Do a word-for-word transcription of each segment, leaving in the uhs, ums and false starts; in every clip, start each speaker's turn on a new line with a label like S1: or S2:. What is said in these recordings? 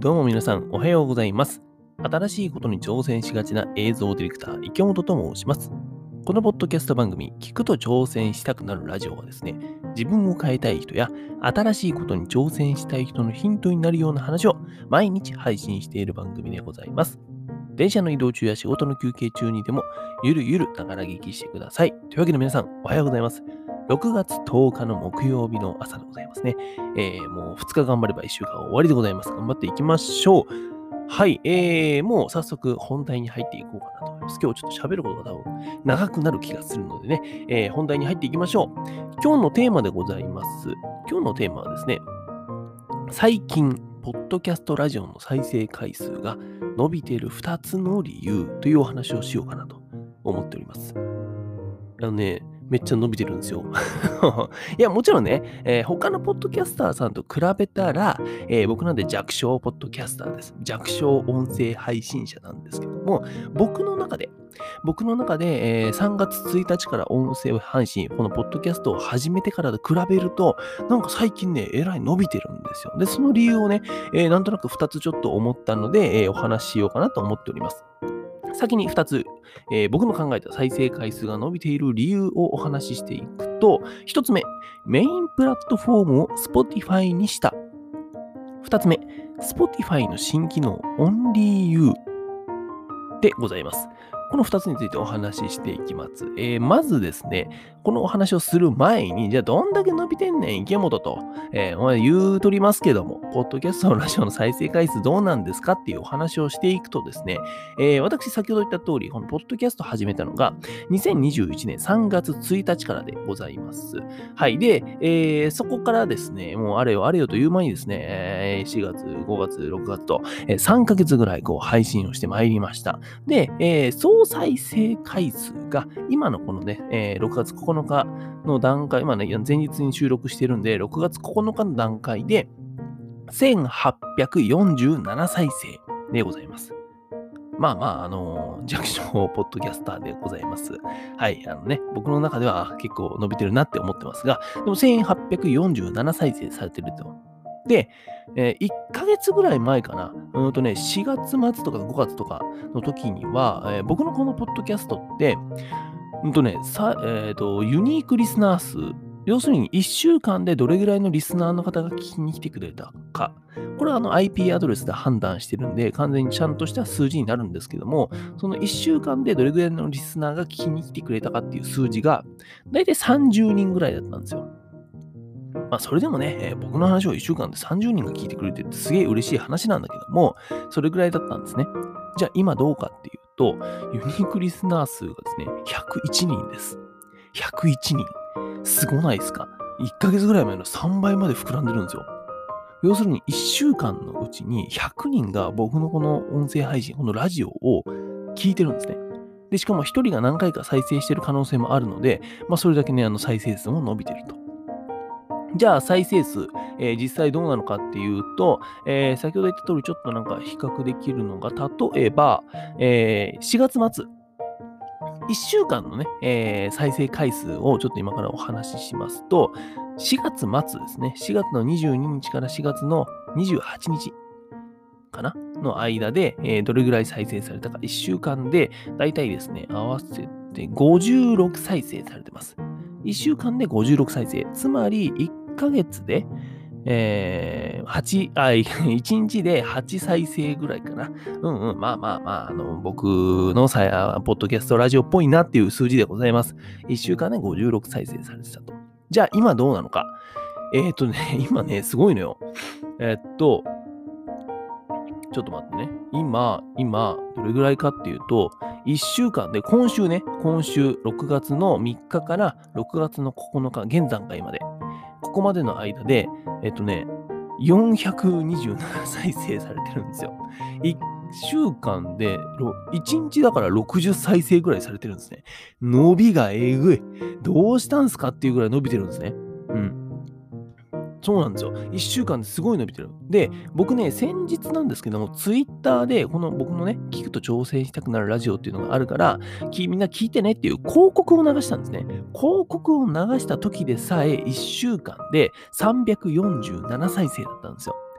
S1: どうも皆さんおはようございます。新しいことに挑戦しがちな映像ディレクター池本と申します。このポッドキャスト番組聞くと挑戦したくなるラジオはですね、自分を変えたい人や新しいことに挑戦したい人のヒントになるような話を毎日配信している番組でございます。電車の移動中や仕事の休憩中にでもゆるゆるながら聞きしてください。というわけで皆さんおはようございます。ろくがつとおかの木曜日の朝でございますね。えー、もうふつか頑張ればいっしゅうかん終わりでございます。頑張っていきましょう。はい、えー、もう早速本題に入っていこうかなと思います。今日ちょっと喋ることが多分長くなる気がするのでね、えー、本題に入っていきましょう。今日のテーマでございます。今日のテーマはですね、最近、ポッドキャストラジオの再生回数が伸びているふたつの理由というお話をしようかなと思っております。あのね、めっちゃ伸びてるんですよ。いや、もちろんね、えー他のポッドキャスターさんと比べたら、えー僕なんで弱小ポッドキャスターです。弱小音声配信者なんですけども、僕の中で、僕の中で、えーさんがつついたちから音声配信、このポッドキャストを始めてからと比べると、なんか最近ね、えらい伸びてるんですよ。で、その理由をね、えーなんとなくふたつちょっと思ったので、えーお話ししようかなと思っております。先にふたつ、えー僕の考えた再生回数が伸びている理由をお話ししていくと、ひとつめ、メインプラットフォームを Spotify にした。ふたつめ、Spotify の新機能 Only You でございます。このふたつについてお話ししていきます。えーまずですね、このお話をする前に、じゃあどんだけ伸びてんねん、池本と、えーお前言うとりますけども、ポッドキャストのラジオの再生回数どうなんですかっていうお話をしていくとですね、えー私先ほど言った通り、このポッドキャスト始めたのがにせんにじゅういちねんさんがつついたちからでございます。はい。で、えーそこからですね、もうあれよあれよという間にですね、えーしがつ、ごがつ、ろくがつと、えーさんかげつぐらいこう配信をしてまいりました。で、えー総再生回数が今のこのね、えーろくがつここのかの段階、今ね、前日に収録してるんで、ろくがつここのかの段階でせんはっぴゃくよんじゅうなな再生でございます。まあまあ、あのー弱小ポッドキャスターでございます。はい、あのね、僕の中では結構伸びてるなって思ってますが、でもせんはっぴゃくよんじゅうなな再生されてると。で、えーいっかげつぐらい前かな、うーんとね、しがつ末とかごがつとかの時には、えー僕のこのポッドキャストって、うんとね、さえーと、ユニークリスナー数、要するにいっしゅうかんでどれぐらいのリスナーの方が聞きに来てくれたか。これはあの アイピー アドレスで判断してるんで、完全にちゃんとした数字になるんですけども、そのいっしゅうかんでどれぐらいのリスナーが聞きに来てくれたかっていう数字が、だいたいさんじゅうにんぐらいだったんですよ。まあ、それでもね、えー僕の話をいっしゅうかんでさんじゅうにんが聞いてくれてるってすげえ嬉しい話なんだけども、それぐらいだったんですね。じゃあ今どうかっていうと、ユニークリスナー数がですね、ひゃくいちにんです。ひゃくいちにん。すごないですか？ いっ ヶ月ぐらい前のさんばいまで膨らんでるんですよ。要するにいっしゅうかんのうちにひゃくにんが僕のこの音声配信、このラジオを聞いてるんですね。で、しかもひとりが何回か再生してる可能性もあるので、まあそれだけね、あの再生数も伸びてると。じゃあ再生数、えー実際どうなのかっていうと、えー先ほど言った通りちょっとなんか比較できるのが、例えば、えーしがつ末、いっしゅうかんのね、えー再生回数をちょっと今からお話ししますと、しがつ末ですね、しがつのにじゅうににちからしがつのにじゅうはちにちかなの間で、えーどれぐらい再生されたか、いっしゅうかんでだいたいですね、合わせてごじゅうろく再生されてます。いっしゅうかんでごじゅうろく再生。つまりいっかげつで、えー、はち、あ、いちにちではち再生ぐらいかな。うんうん、まあまあまあ、あの、僕のさ、ポッドキャストラジオっぽいなっていう数字でございます。いっしゅうかんでごじゅうろく再生されてたと。じゃあ今どうなのか。えっとね、今ね、すごいのよ。えっと、ちょっと待ってね。今、今、どれぐらいかっていうと、いっしゅうかんで、今週ね、今週ろくがつのみっかからろくがつのここのか、現段階まで、ここまでの間で、えっとね、よんひゃくにじゅうなな再生されてるんですよ。いっしゅうかんで、ろいちにちだからろくじゅう再生ぐらいされてるんですね。伸びがえぐい。どうしたんすかっていうぐらい伸びてるんですね。うん。そうなんですよ。いっしゅうかんですごい伸びてる。で、僕ね、先日なんですけども、ツイッターで、この僕のね、聞くと挑戦したくなるラジオっていうのがあるから、きみんな聞いてねっていう広告を流したんですね。広告を流した時でさえいっしゅうかんでさんびゃくよんじゅうなな再生だったんですよ。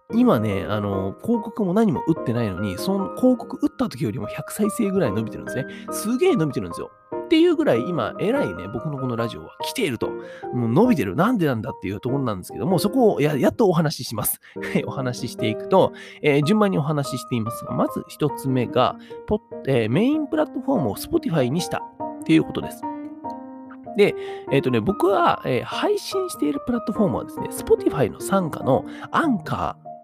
S1: 今ね、あの、広告も何も打ってないのに、その広告打った時よりもひゃく再生ぐらい伸びてるんですね。すげえ伸びてるんですよ。っていうぐらい今、えらいね、僕のこのラジオは来ていると。もう伸びてる。なんでなんだっていうところなんですけども、そこをややっとお話しします。はい、お話ししていくと、えー順番にお話ししていますが、まず一つ目が、ポッえーメインプラットフォームを Spotify にしたっていうことです。で、えっ、とね、僕は、えー配信しているプラットフォームはですね、Spotify の傘下のアンカー、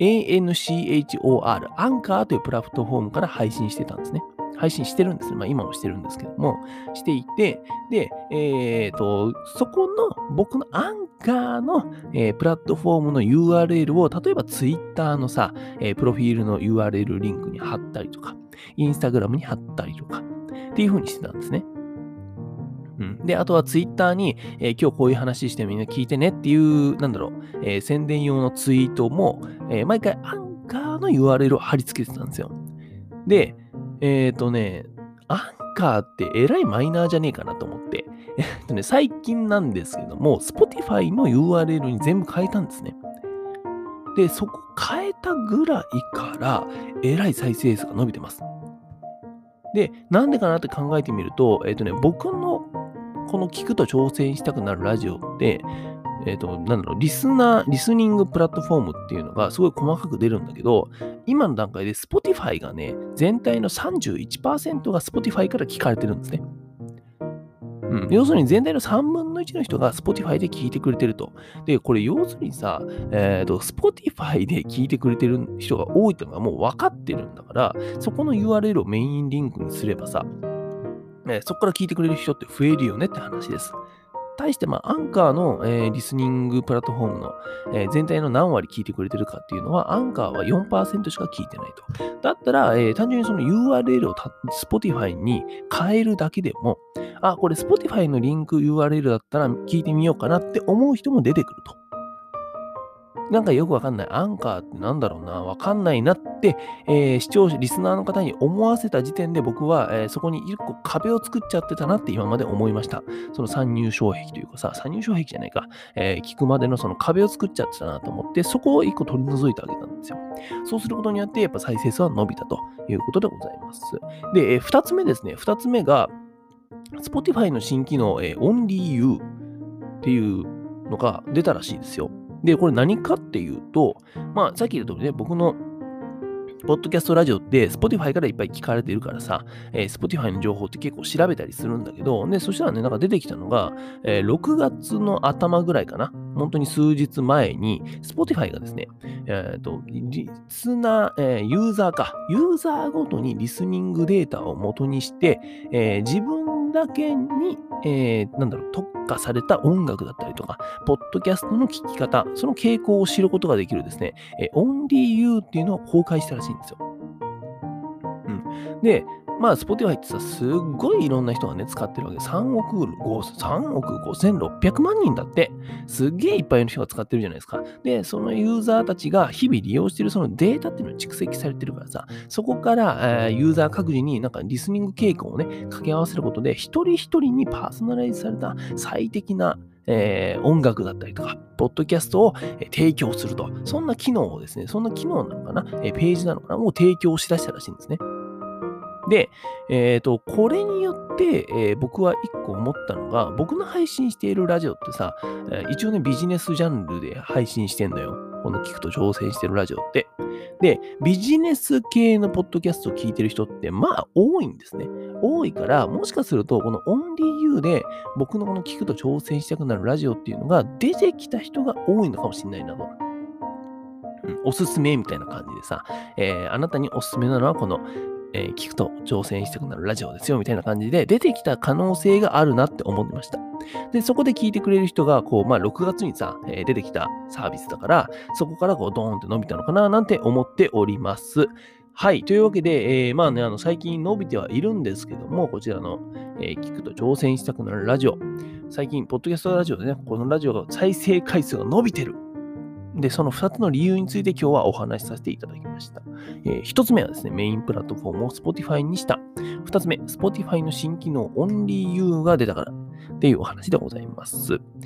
S1: アンカー アンカーというプラットフォームから配信してたんですね。配信してるんですね。まあ今もしてるんですけども、していて、で、えっ、と、そこの僕のアンカーの、えープラットフォームの ユーアールエル を、例えば Twitter のさ、えープロフィールの ユーアールエル リンクに貼ったりとか、Instagram に貼ったりとか、っていう風にしてたんですね。うん、で、あとはツイッターに、えー今日こういう話してみんな聞いてねっていう、なんだろう、えー宣伝用のツイートも、えー毎回アンカーの ユーアールエル を貼り付けてたんですよ。で、えっ、とね、アンカーってえらいマイナーじゃねえかなと思って、えっとね、最近なんですけども、Spotify の ユーアールエル に全部変えたんですね。で、そこ変えたぐらいから、えらい再生数が伸びてます。で、なんでかなって考えてみると、えっ、とね、僕のこの聞くと挑戦したくなるラジオって、えっ、と、なんだろう、リスナー、リスニングプラットフォームっていうのがすごい細かく出るんだけど、今の段階で Spotify がね、全体のさんじゅういちパーセントが Spotify から聞かれてるんですね。うん、要するに全体のさんぶんのいちの人が Spotify で聞いてくれてると。で、これ要するにさ、えっ、と、Spotify で聞いてくれてる人が多いっていうのがもう分かってるんだから、そこの ユーアールエル をメインリンクにすればさ、えーそこから聞いてくれる人って増えるよねって話です。対して、まあ、アンカーの、えーリスニングプラットフォームの、えー全体の何割聞いてくれてるかっていうのは、アンカーはよんパーセントしか聞いてないと。だったら、えー単純にその ユーアールエル をた Spotify に変えるだけでも、あ、これ Spotify のリンク ユーアールエル だったら聞いてみようかなって思う人も出てくると。なんかよくわかんない。アンカーってなんだろうな。わかんないなって、えー視聴者、リスナーの方に思わせた時点で僕は、えーそこに一個壁を作っちゃってたなって今まで思いました。その参入障壁というかさ、参入障壁じゃないか。えー聞くまでのその壁を作っちゃってたなと思って、そこを一個取り除いてあげたんですよ。そうすることによって、やっぱ再生数は伸びたということでございます。で、えー二つ目ですね。二つ目が、Spotify の新機能、えー OnlyYou っていうのが出たらしいですよ。で、これ何かっていうと、まあ、さっき言った通りね、僕のポッドキャストラジオって Spotify からいっぱい聞かれてるからさ、えー Spotify の情報って結構調べたりするんだけど、で、そしたらね、なんか出てきたのが、えーろくがつの頭ぐらいかな。本当に数日前に、Spotify がですね、えっ、と、リスナー、えーユーザーか、ユーザーごとにリスニングデータを元にして、えー自分だけに、えーなんだろう、特化された音楽だったりとか、ポッドキャストの聞き方、その傾向を知ることができるですね、えー、OnlyYou っていうのを公開したらしいんですよ。うん。で、まあ、Spotify ってさ、すっごいいろんな人がね、使ってるわけで、さんおくご、さんおくごせんろっぴゃくまん人だって、すっげえいっぱいの人が使ってるじゃないですか。で、そのユーザーたちが日々利用してるそのデータっていうのが蓄積されてるからさ、そこから、えーユーザー各自になんかリスニング傾向をね、掛け合わせることで、一人一人にパーソナライズされた最適なえー音楽だったりとか、ポッドキャストをえー提供すると。そんな機能をですね、そんな機能なのかな、えーページなのかなを提供しだしたらしいんですね。で、えっと、これによって、えー僕は一個思ったのが、僕の配信しているラジオってさ、えー一応ね、ビジネスジャンルで配信してんのよ。この聞くと挑戦してるラジオって。で、ビジネス系のポッドキャストを聞いてる人って、まあ、多いんですね。多いから、もしかすると、この OnlyYou で、僕のこの聞くと挑戦したくなるラジオっていうのが出てきた人が多いのかもしれないなと。うん、おすすめみたいな感じでさ、えーあなたにおすすめなのはこの、えー聞くと挑戦したくなるラジオですよみたいな感じで出てきた可能性があるなって思ってました。で、そこで聞いてくれる人が、こう、まあ、ろくがつにさ、えー出てきたサービスだから、そこからこう、ドーンって伸びたのかななんて思っております。はい。というわけで、えーまあね、あの、最近伸びてはいるんですけども、こちらの、えー聞くと挑戦したくなるラジオ。最近、ポッドキャストラジオでね、このラジオが再生回数が伸びてる。で、そのふたつの理由について今日はお話しさせていただきました。えー、ひとつめはですね、メインプラットフォームを Spotify にした。ふたつめ、Spotify の新機能 OnlyYou が出たからっていうお話でございます。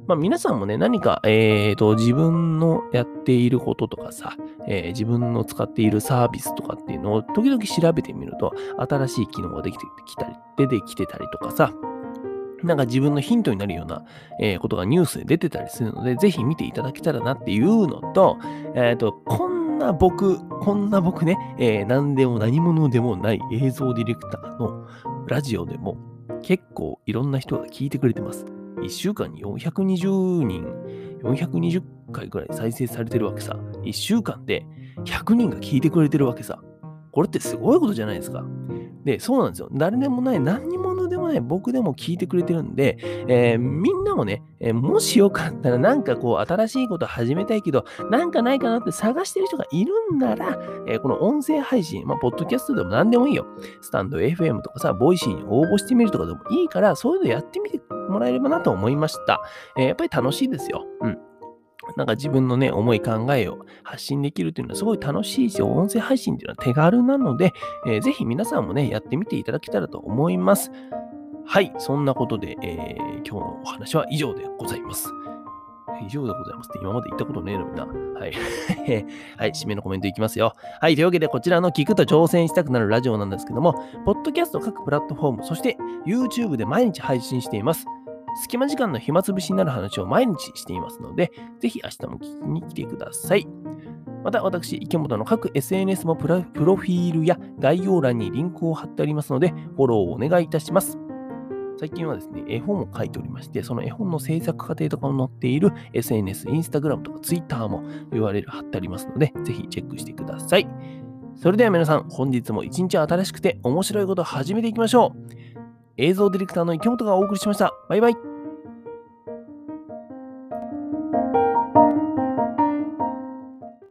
S1: まあ、皆さんもね、何か、えーと、自分のやっていることとかさ、えー自分の使っているサービスとかっていうのを時々調べてみると、新しい機能ができてきたり、出てきてたりとかさ、なんか自分のヒントになるような、えーことがニュースで出てたりするので、ぜひ見ていただけたらなっていうのと、えっと、こんな僕、こんな僕ね、えー何でも何者でもない映像ディレクターのラジオでも結構いろんな人が聞いてくれてます。いっしゅうかんによんひゃくにじゅうにん、よんひゃくにじゅっかいぐらい再生されてるわけさ。いっしゅうかんでひゃくにんが聞いてくれてるわけさ。これってすごいことじゃないですか。で、そうなんですよ。誰でもない、何に者でもない僕でも聞いてくれてるんで、えーみんなもね、えーもしよかったらなんかこう新しいこと始めたいけど、なんかないかなって探してる人がいるんなら、えーこの音声配信、まあ、ポッドキャストでも何でもいいよ。スタンド エフエム とかさ、ボイシーに応募してみるとかでもいいから、そういうのやってみてもらえればなと思いました。えーやっぱり楽しいですよ。うん。なんか自分のね、思い考えを発信できるっていうのはすごい楽しいし、音声配信っていうのは手軽なので、えーぜひ皆さんもね、やってみていただけたらと思います。はい、そんなことで、えー今日のお話は以上でございます。以上でございますって今まで言ったことねえのにな。はい。はい、締めのコメントいきますよ。はい、というわけでこちらの聞くと挑戦したくなるラジオなんですけども、ポッドキャスト各プラットフォーム、そして YouTube で毎日配信しています。隙間時間の暇つぶしになる話を毎日していますので、ぜひ明日も聞きに来てください。また私、池本の各 エスエヌエス もプラプロフィールや概要欄にリンクを貼ってありますので、フォローをお願いいたします。最近はですね、絵本を書いておりまして、その絵本の制作過程とかも載っている エスエヌエス、インスタグラムとか Twitter も ユーアールエル 貼ってありますので、ぜひチェックしてください。それでは皆さん、本日も一日新しくて面白いことを始めていきましょう。映像ディレクターの池本がお送りしました。バイバイ。